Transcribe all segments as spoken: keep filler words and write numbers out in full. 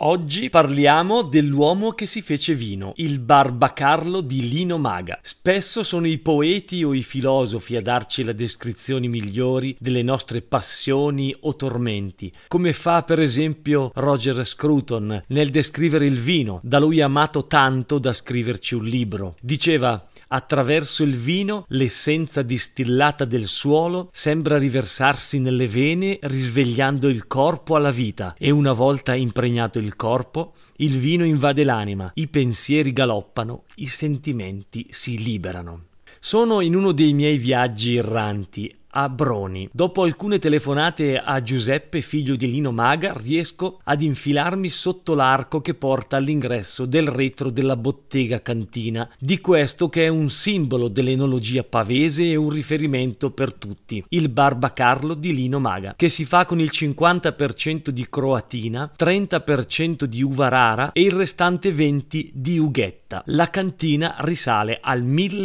Oggi parliamo dell'uomo che si fece vino, il Barbacarlo di Lino Maga. Spesso sono i poeti o i filosofi a darci le descrizioni migliori delle nostre passioni o tormenti, come fa per esempio Roger Scruton nel descrivere il vino, da lui amato tanto da scriverci un libro. Diceva: attraverso il vino l'essenza distillata del suolo sembra riversarsi nelle vene, risvegliando il corpo alla vita, e una volta impregnato il corpo, il vino invade l'anima, i pensieri galoppano, i sentimenti si liberano. Sono in uno dei miei viaggi erranti a Broni. Dopo alcune telefonate a Giuseppe, figlio di Lino Maga, riesco ad infilarmi sotto l'arco che porta all'ingresso del retro della bottega cantina di questo che è un simbolo dell'enologia pavese e un riferimento per tutti, il Barbacarlo di Lino Maga, che si fa con il cinquanta per cento di croatina, trenta per cento di uva rara e il restante venti per cento di ughetta. La cantina risale al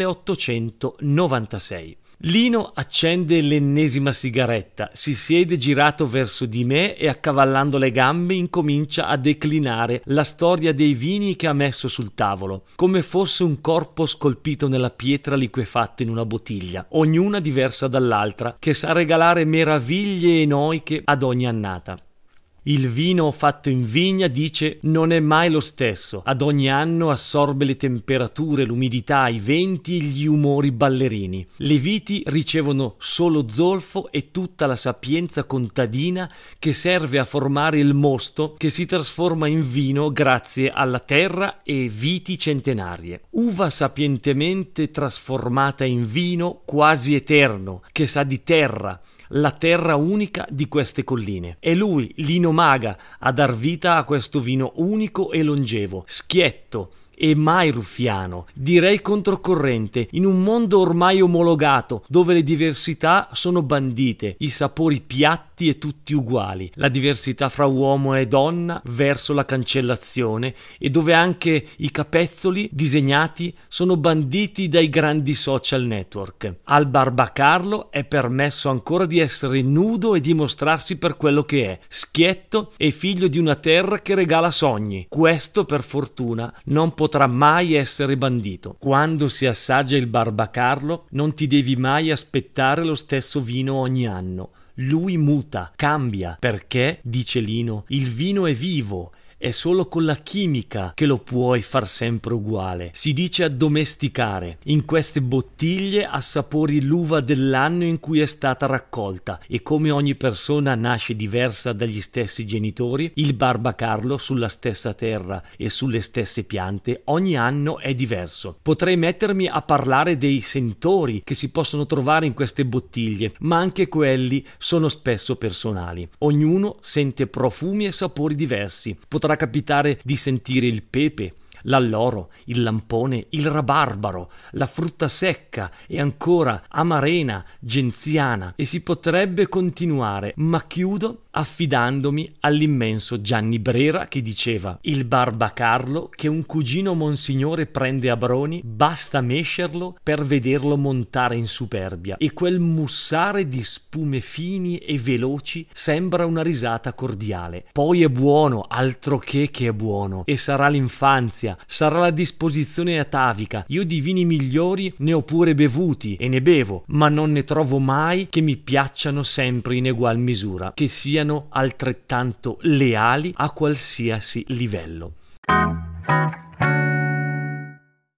milleottocentonovantasei. Lino accende l'ennesima sigaretta, si siede girato verso di me e accavallando le gambe incomincia a declinare la storia dei vini che ha messo sul tavolo, come fosse un corpo scolpito nella pietra liquefatto in una bottiglia, ognuna diversa dall'altra, che sa regalare meraviglie enoiche ad ogni annata. Il vino fatto in vigna, dice, non è mai lo stesso. Ad ogni anno assorbe le temperature, l'umidità, i venti e gli umori ballerini. Le viti ricevono solo zolfo e tutta la sapienza contadina che serve a formare il mosto che si trasforma in vino grazie alla terra e viti centenarie. Uva sapientemente trasformata in vino quasi eterno, che sa di terra, la terra unica di queste colline. È lui, Lino Maga, a dar vita a questo vino unico e longevo, schietto e mai ruffiano, direi controcorrente, in un mondo ormai omologato, dove le diversità sono bandite, i sapori piatti e tutti uguali, la diversità fra uomo e donna verso la cancellazione, e dove anche i capezzoli disegnati sono banditi dai grandi social network. Al Barbacarlo è permesso ancora di essere nudo e di mostrarsi per quello che è, schietto e figlio di una terra che regala sogni. Questo, per fortuna, non potrà mai essere bandito. Quando si assaggia il Barbacarlo non ti devi mai aspettare lo stesso vino ogni anno. Lui muta, cambia, perché, dice Lino, il vino è vivo. È solo con la chimica che lo puoi far sempre uguale. Si dice addomesticare. In queste bottiglie assapori l'uva dell'anno in cui è stata raccolta, e come ogni persona nasce diversa dagli stessi genitori, il Barbacarlo sulla stessa terra e sulle stesse piante ogni anno è diverso. Potrei mettermi a parlare dei sentori che si possono trovare in queste bottiglie, ma anche quelli sono spesso personali. Ognuno sente profumi e sapori diversi. Potrà capitare di sentire il pepe, l'alloro, il lampone, il rabarbaro, la frutta secca e ancora amarena, genziana, e si potrebbe continuare, ma chiudo affidandomi all'immenso Gianni Brera, che diceva: il Barbacarlo che un cugino monsignore prende a Broni, basta mescerlo per vederlo montare in superbia, e quel mussare di spume fini e veloci sembra una risata cordiale. Poi è buono, altro che che è buono, e sarà l'infanzia, sarà la disposizione atavica. Io di vini migliori ne ho pure bevuti e ne bevo, ma non ne trovo mai che mi piacciono sempre in egual misura, che siano altrettanto leali a qualsiasi livello.